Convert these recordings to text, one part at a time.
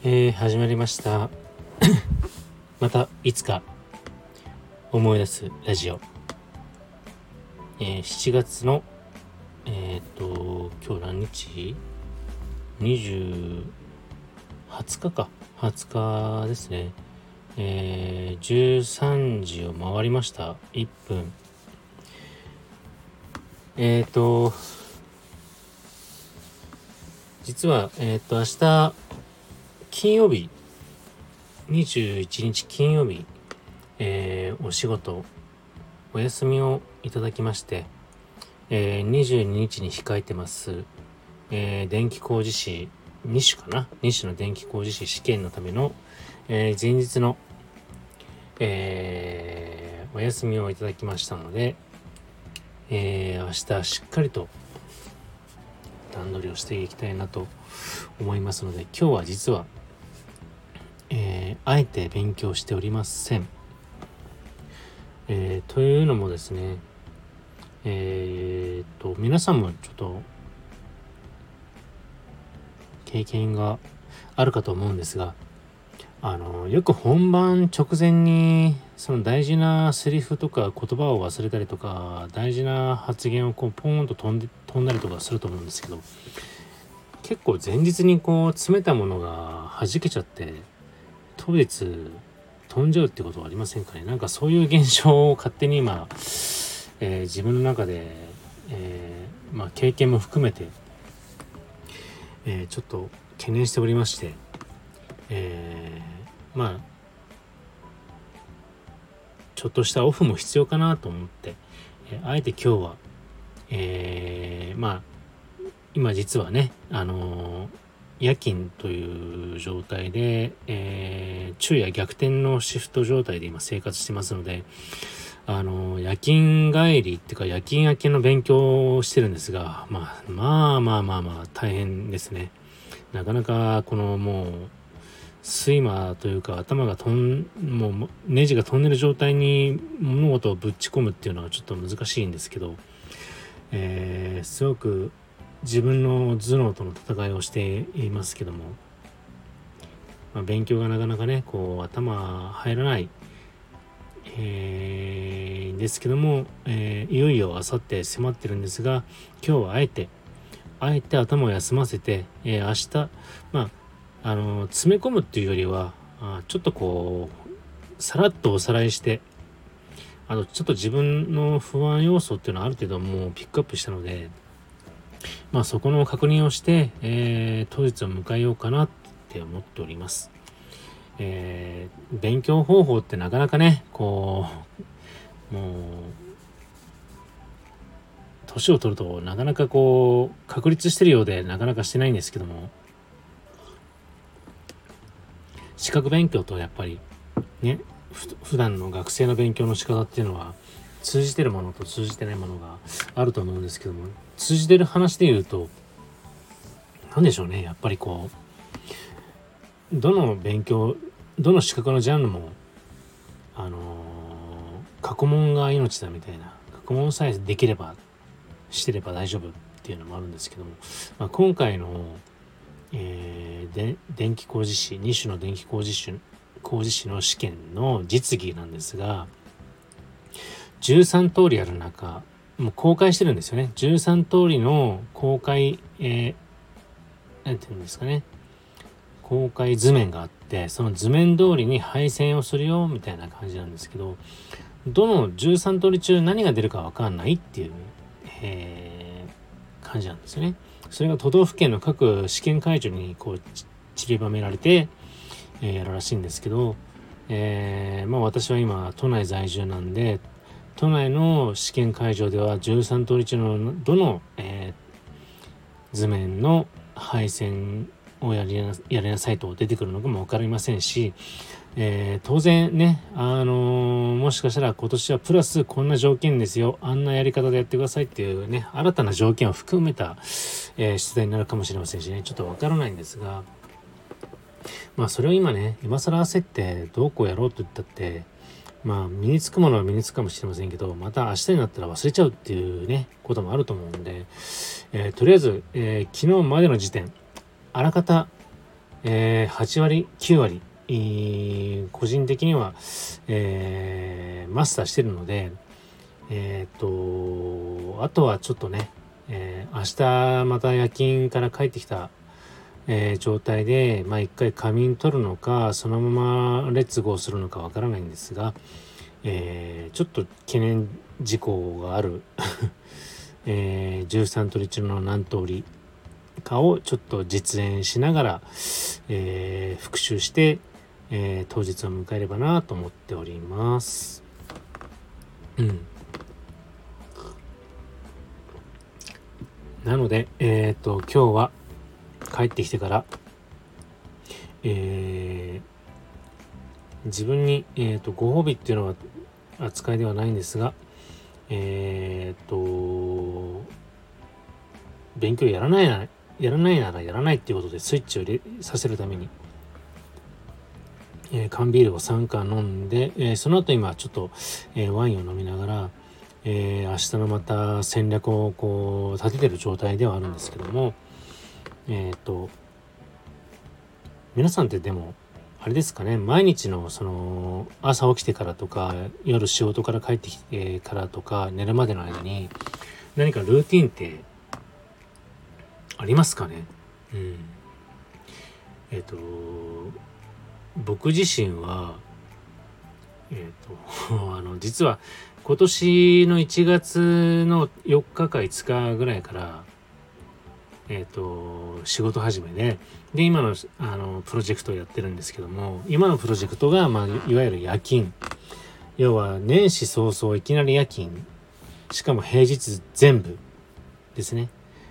始まりましたまたいつか思い出すラジオ、7月の今日何日20日か20日ですね。13時を回りました。1分実は明日金曜日21日金曜日、お仕事お休みをいただきまして、22日に控えてます、電気工事士2種の電気工事士試験のための、前日の、お休みをいただきましたので、明日しっかりと段取りをしていきたいなと思いますので、今日は実は、あえて勉強しておりません。というのもですね、皆さんもちょっと経験があるかと思うんですが、よく本番直前にその大事なセリフとか言葉を忘れたりとか、大事な発言をこうポーンと飛んだりとかすると思うんですけど、結構前日にこう詰めたものが弾けちゃって当日飛んじゃうってことはありませんかね。なんかそういう現象を勝手に今、自分の中で、経験も含めて、ちょっと懸念しておりまして、ちょっとしたオフも必要かなと思って、あえて今日は、今実はね、夜勤という状態で、昼夜逆転のシフト状態で今生活してますので、夜勤帰りっていうか夜勤明けの勉強をしてるんですが、大変ですね。なかなかこのもう睡魔というか頭がもうネジが飛んでる状態に物事をぶち込むっていうのはちょっと難しいんですけど、すごく自分の頭脳との戦いをしていますけども、勉強がなかなかねこう頭入らない、ですけども、いよいよ明後日迫ってるんですが、今日はあえて頭を休ませて、明日詰め込むっていうよりはちょっとこうさらっとおさらいして、ちょっと自分の不安要素っていうのはある程度もうピックアップしたので、そこの確認をして、当日を迎えようかなって思っております。勉強方法ってなかなかねこうもう年を取るとなかなかこう確立してるようでなかなかしてないんですけども、資格勉強とやっぱりね普段の学生の勉強の仕方っていうのは通じてるものと通じてないものがあると思うんですけども、通じてる話で言うと何でしょうね、やっぱりこうどの資格のジャンルも過去問が命だみたいな、過去問さえできればしてれば大丈夫っていうのもあるんですけども、今回の、電気工事士2種の電気工事士の試験の実技なんですが、13通りある中もう公開してるんですよね。13通りの公開、なんていうんですかね、公開図面があって、その図面通りに配線をするよみたいな感じなんですけど、どの13通り中何が出るか分かんないっていう、感じなんですよね。それが都道府県の各試験会場にこう散りばめられて、やるらしいんですけど、私は今都内在住なんで、都内の試験会場では13通り中のどの、図面の配線をやりなさいと出てくるのかも分かりませんし、当然ね、もしかしたら今年はプラスこんな条件ですよ、あんなやり方でやってくださいっていうね、新たな条件を含めた、出題になるかもしれませんしね、ちょっと分からないんですが、それを今更焦ってどうこうやろうと言ったって、身につくものは身につくかもしれませんけど、また明日になったら忘れちゃうっていうねこともあると思うんで、とりあえず、昨日までの時点あらかた、 8割9割、個人的には、マスターしてるので、あとはちょっとね、明日また夜勤から帰ってきた、状態で、一回仮眠取るのかそのままレッツゴーするのかわからないんですが、ちょっと懸念事項がある、13通り中の何通りかをちょっと実演しながら、復習して、当日を迎えればなと思っております。なので、今日は帰ってきてから、自分に、ご褒美っていうのは扱いではないんですが、勉強やらないならやらないっていうことでスイッチを入れさせるために、缶ビールを3缶飲んで、その後今ちょっと、ワインを飲みながら、明日のまた戦略をこう立ててる状態ではあるんですけども、皆さんってでもあれですかね、毎日のその朝起きてからとか夜仕事から帰ってきてからとか寝るまでの間に何かルーティンってありますかね。僕自身は実は今年の1月の4日か5日ぐらいから仕事始めで今のプロジェクトをやってるんですけども、今のプロジェクトが、いわゆる夜勤、要は年始早々いきなり夜勤、しかも平日全部ですね。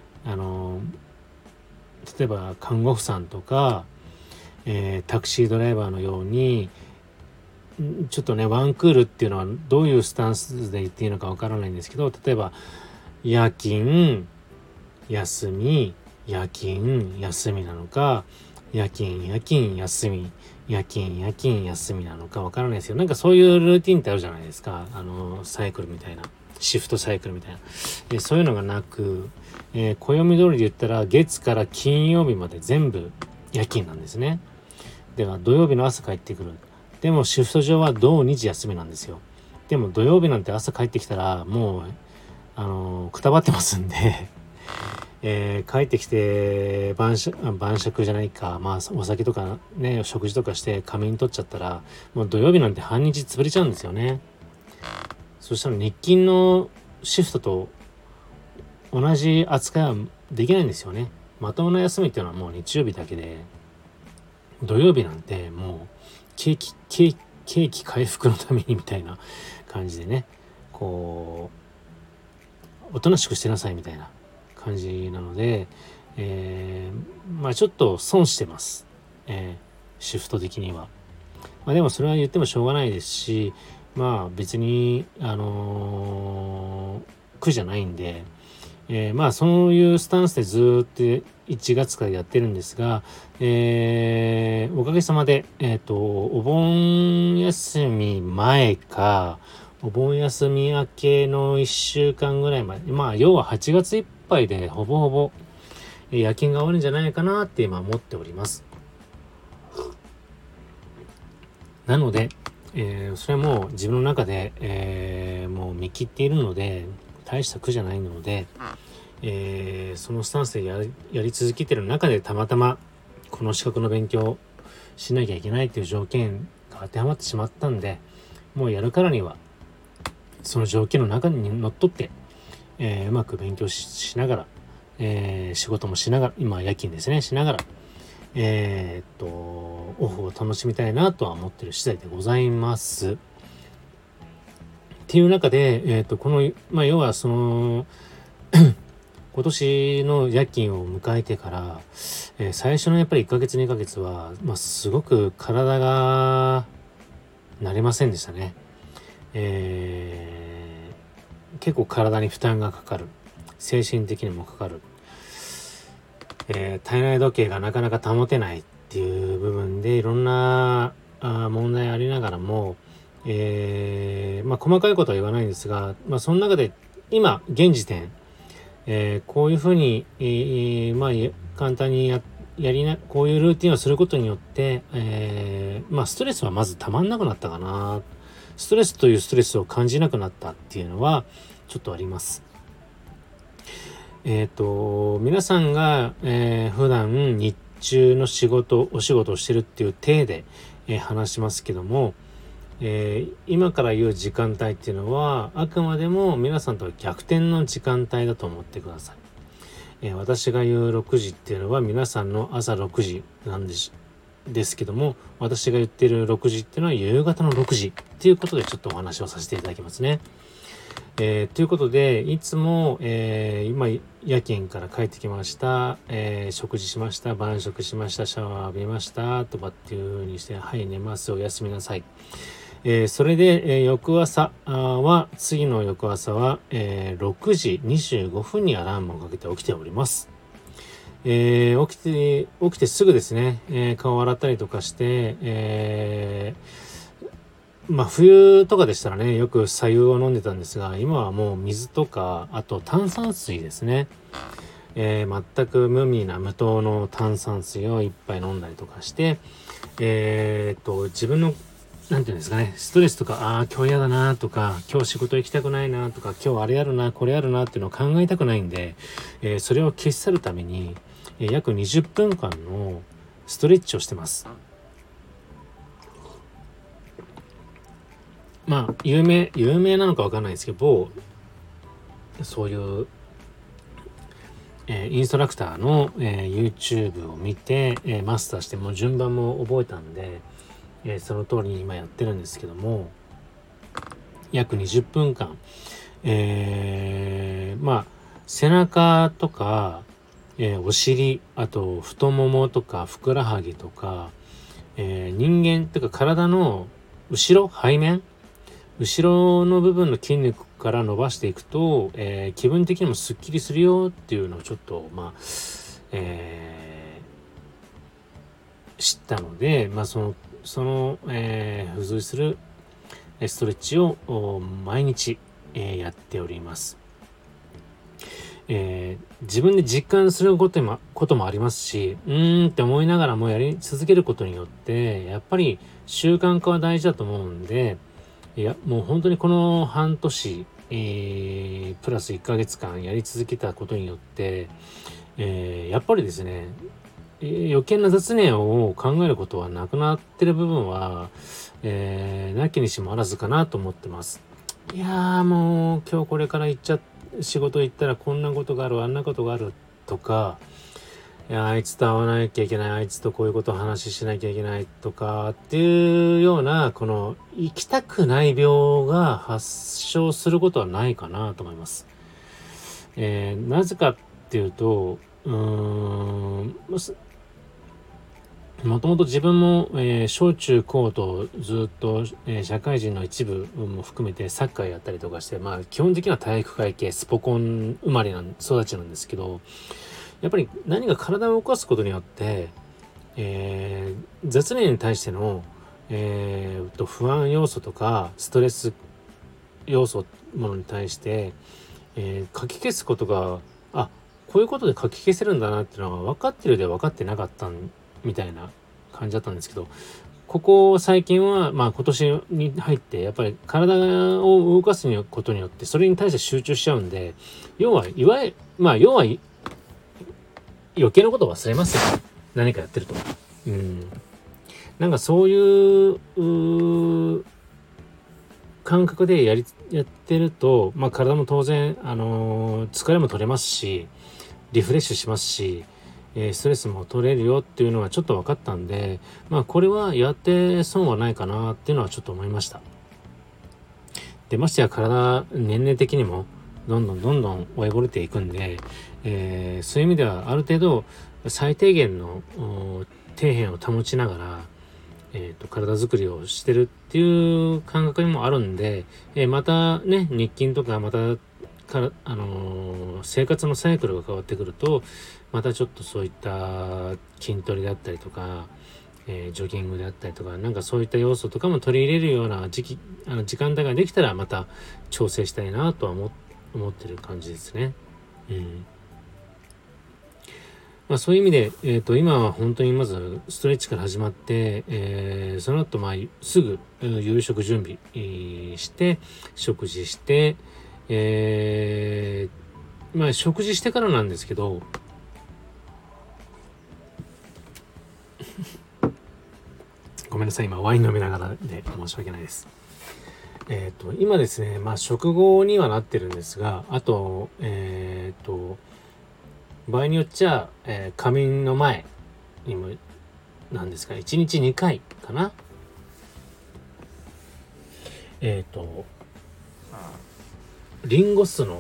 例えば看護婦さんとか、タクシードライバーのようにちょっとねワンクールっていうのはどういうスタンスで言っていいのかわからないんですけど、例えば夜勤休み夜勤休みなのか、夜勤休み夜勤休みなのかわからないですよ。なんかそういうルーティンってあるじゃないですか。サイクルみたいな、シフトサイクルみたいな、そういうのがなく、暦通りで言ったら月から金曜日まで全部夜勤なんですね。では土曜日の朝帰ってくる。でもシフト上は土日休みなんですよ。でも土曜日なんて朝帰ってきたらもうくたばってますんで帰ってきて晩酌じゃないか、お酒とかね食事とかして仮眠取っちゃったらもう土曜日なんて半日潰れちゃうんですよね。そしたら日勤のシフトと同じ扱いはできないんですよね。まともな休みっていうのはもう日曜日だけで、土曜日なんてもう景気回復のためにみたいな感じでね、こうおとなしくしてなさいみたいな感じなので、ちょっと損してます、シフト的には。でもそれは言ってもしょうがないですし、別に苦じゃないんで、そういうスタンスでずっと1月からやってるんですが、おかげさまで、お盆休み前かお盆休み明けの1週間ぐらいまで、要は8月いっぱいでほぼほぼ夜勤が終わるんじゃないかなって今思っております。なので、それはもう自分の中で、もう見切っているので大した苦じゃないので、そのスタンスでやり続けてる中でたまたまこの資格の勉強をしなきゃいけないという条件が当てはまってしまったんで、もうやるからにはその条件の中にのっとって、うまく勉強 しながら、仕事もしながら、今夜勤ですねしながら、オフを楽しみたいなとは思ってる次第でございます。っていう中で、この、要はその今年の夜勤を迎えてから、最初のやっぱり1ヶ月2ヶ月は、すごく体が慣れませんでしたね。結構体に負担がかかる、精神的にもかかる、体内時計がなかなか保てないっていう部分でいろんな問題ありながらも、細かいことは言わないんですが、その中で現時点、こういうふうに、簡単にこういうルーティンをすることによって、ストレスはまずたまんなくなったかな。ストレスというストレスを感じなくなったっていうのはちょっとあります。皆さんが、普段日中のお仕事をしてるっていう体で、話しますけども、今から言う時間帯っていうのはあくまでも皆さんとは逆転の時間帯だと思ってください。私が言う6時っていうのは皆さんの朝6時なんですけども、私が言っている6時っていうのは夕方の6時っていうことでちょっとお話をさせていただきますね。ということでいつも、今夜勤から帰ってきました、食事しました、晩食しました、シャワー浴びましたとかっていう風にして、はい寝ます、おやすみなさい。それで、翌朝は次の翌朝は、6時25分にアラームをかけて起きております。起きてすぐですね、顔を洗ったりとかして、冬とかでしたらね、よく白湯を飲んでたんですが、今はもう水とか、あと炭酸水ですね。全く無糖の炭酸水を一杯飲んだりとかして、自分のなんていうんですかね、ストレスとか、今日嫌だなとか、今日仕事行きたくないなとか、今日あれやるな、これやるなっていうのを考えたくないんで、それを消し去るために、約20分間のストレッチをしてます。有名なのかわかんないですけど、そういう、インストラクターの、YouTube を見て、マスターしてもう順番も覚えたんで、その通りに今やってるんですけども、約20分間、背中とか、お尻、あと太ももとかふくらはぎとか、人間というか体の背面後ろの部分の筋肉から伸ばしていくと、気分的にもスッキリするよっていうのをちょっと知ったので、付随するストレッチを毎日、やっております。自分で実感することもありますし、って思いながらもやり続けることによってやっぱり習慣化は大事だと思うんで、もう本当にこの半年、プラス1ヶ月間やり続けたことによって、やっぱりですね、余計な雑念を考えることはなくなってる部分は、なきにしもあらずかなと思ってます。いやーもう今日これから仕事行ったらこんなことがある、あんなことがあるとか、あいつと会わなきゃいけない、あいつとこういうことを話しなきゃいけないとかっていうような、この行きたくない病が発症することはないかなと思います。なぜかっていうと、もともと自分も、小中高とずっと、社会人の一部も含めてサッカーやったりとかして、基本的には体育会系スポコン生まれ育ちなんですけど、やっぱり何か体を動かすことによって、雑念に対しての、不安要素とかストレス要素ものに対して、書き消すことがこういうことで書き消せるんだなっていうのが分かってるで分かってなかったみたいな感じだったんですけど、ここ最近は今年に入ってやっぱり体を動かすことによってそれに対して集中しちゃうんで、要は余計なことを忘れますよ、何かやってると。なんかそういう感覚でやってると、体も当然、疲れも取れますし、リフレッシュしますし、ストレスも取れるよっていうのはちょっと分かったんで、これはやって損はないかなっていうのはちょっと思いました。で、ましてや年齢的にもどんどん追いぼれていくんで、そういう意味ではある程度最低限の底辺を保ちながら、体作りをしてるっていう感覚にもあるんで、またね、日勤とか生活のサイクルが変わってくると、またちょっとそういった筋トレであったりとか、ジョギングであったりとか、なんかそういった要素とかも取り入れるような時間帯ができたらまた調整したいなとは思ってる感じですね。 そういう意味で、今は本当にまずストレッチから始まって、その後、すぐ夕食準備、して、食事して、食事してからなんですけど、ごめんなさい、今ワイン飲みながらで申し訳ないです。今ですね、食後にはなってるんですが、あと、場合によっちゃ、仮眠の前にも、なんですか、1日2回かな。リンゴ酢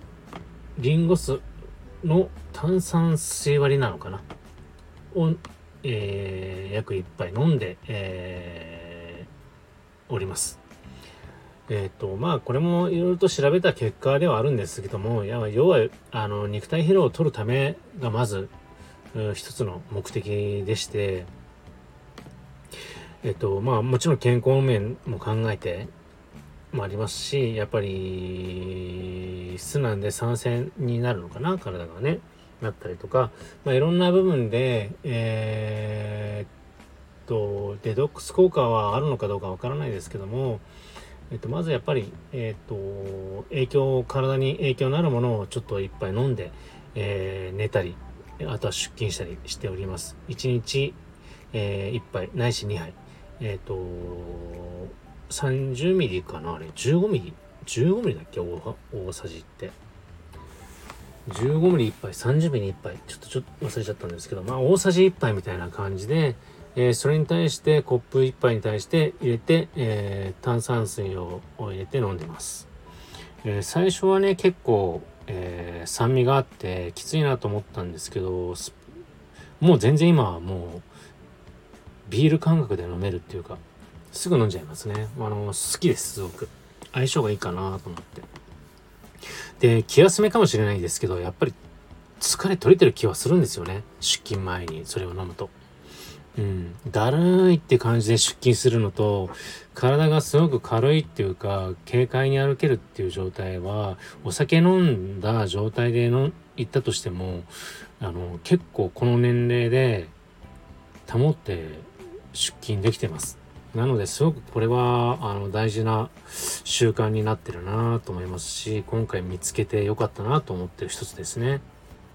の炭酸水割りなのかなを、約1杯飲んで、おります。これもいろいろと調べた結果ではあるんですけども、要は肉体疲労を取るためがまず一つの目的でして、もちろん健康面も考えてもありますし、やっぱり質なんで酸性になるのかな、体がね、なったりとか、いろんな部分でデトックス効果はあるのかどうかわからないですけども、まずやっぱり体に影響のあるものをちょっと一杯飲んで、寝たり、あとは出勤したりしております。1日、1杯ないし2杯、30ミリかな、あれ15ミリだっけ、大さじって15ミリ1杯、30ミリ1杯、ちょっと忘れちゃったんですけど、大さじ1杯みたいな感じで、それに対してコップ1杯に対して入れて、炭酸水を入れて飲んでます。最初はね、結構、酸味があってきついなと思ったんですけど、もう全然今はもうビール感覚で飲めるっていうか、すぐ飲んじゃいますね。好きです、すごく。相性がいいかなと思って。で、気休めかもしれないですけど、やっぱり疲れ取れてる気はするんですよね。出勤前にそれを飲むと。だるいって感じで出勤するのと、体がすごく軽いっていうか、軽快に歩けるっていう状態は、お酒飲んだ状態で行ったとしても、結構この年齢で保って出勤できてます。なのですごくこれは大事な習慣になってるなと思いますし、今回見つけてよかったなと思ってる一つですね。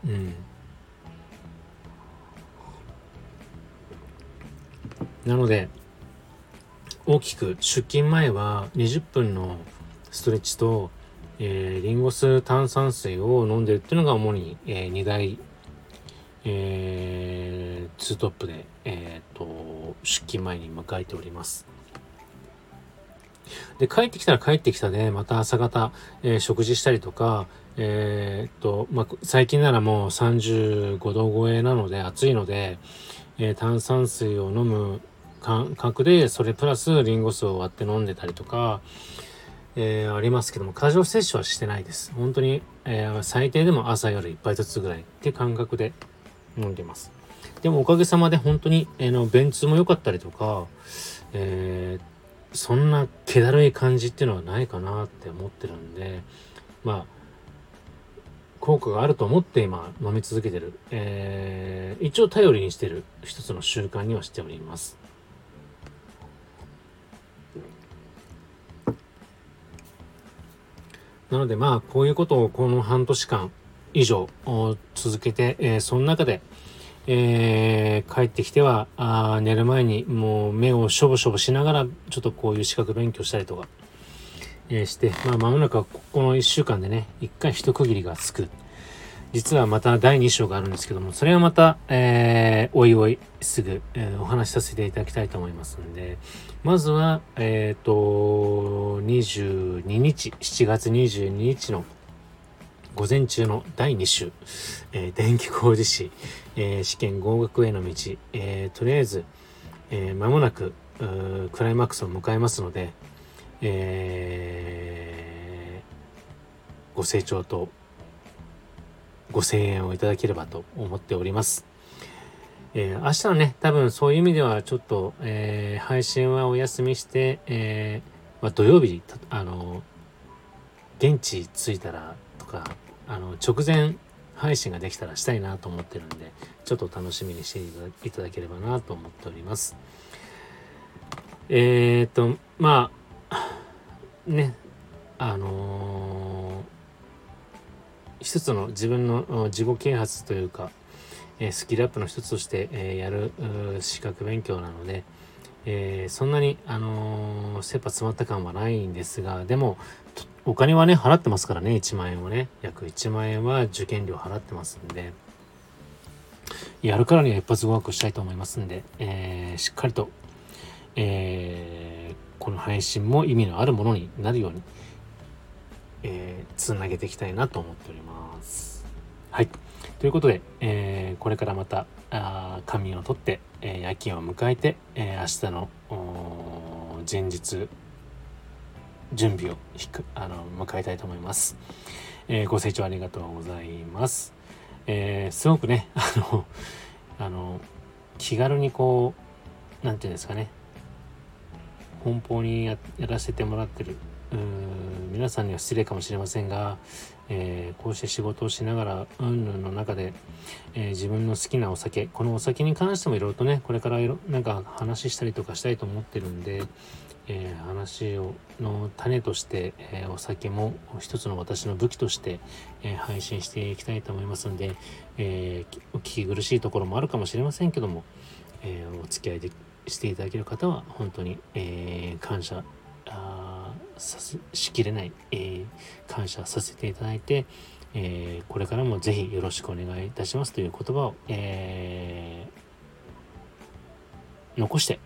なので大きく出勤前は20分のストレッチと、リンゴ酢炭酸水を飲んでるっていうのが主に、2大、ツートップで、出勤前に迎えております。で、帰ってきたら帰ってきたで、また朝方、食事したりとか、最近ならもう35度超えなので、暑いので、炭酸水を飲む感覚で、それプラスリンゴ酢を割って飲んでたりとか、ありますけども、過剰摂取はしてないです。本当に、最低でも朝夜1杯ずつぐらいって感覚で飲んでます。でもおかげさまで本当に、便通も良かったりとか、そんな気だるい感じっていうのはないかなって思ってるんで、効果があると思って今飲み続けてる、一応頼りにしてる一つの習慣にはしております。なのでこういうことをこの半年間以上続けて、その中で、帰ってきては寝る前にもう目をしょぼしょぼしながらちょっとこういう資格勉強したりとか、して、間もなくはこの1週間でね、1回一区切りがつく。実はまた第2章があるんですけども、それはまた、おいおいすぐ、お話しさせていただきたいと思いますので、まずは、22日、7月22日の午前中の第2週、電気工事士、試験合格への道、とりあえず、間もなくクライマックスを迎えますので、ご清聴とご声援をいただければと思っております。明日はね、多分そういう意味ではちょっと、配信はお休みして、土曜日現地着いたらとか直前配信ができたらしたいなと思ってるんで、ちょっと楽しみにしていただければなと思っております。まあね、一つの自分の自己啓発というか、スキルアップの一つとして、やる資格勉強なので、そんなに、切羽詰まった感はないんですが、でもお金はね払ってますからね、1万円をね、約1万円は受験料払ってますんで、やるからには一発合格したいと思いますんで、しっかりと、この配信も意味のあるものになるように、つなげていきたいなと思っております。はい、ということで、これからまた仮眠をとって、夜勤を迎えて、明日の前日準備を迎えたいと思います。ご清聴ありがとうございます。すごくね気軽にこうなんていうんですかね、奔放にやらせてもらってる皆さんには失礼かもしれませんが、こうして仕事をしながらの中で、自分の好きなお酒、このお酒に関してもいろいろとね、これからなんか話したりとかしたいと思ってるんで、話の種として、お酒も一つの私の武器として、配信していきたいと思いますので、お聞き苦しいところもあるかもしれませんけども、お付き合いしていただける方は本当に、感謝しきれない、感謝させていただいて、これからもぜひよろしくお願いいたしますという言葉を、残して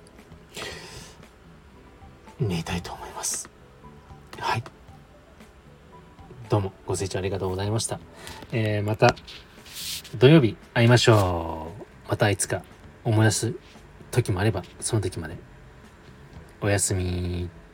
寝たいと思います。はい、どうもご清聴ありがとうございました。また土曜日会いましょう。またいつか思い出す時もあればその時までおやすみ。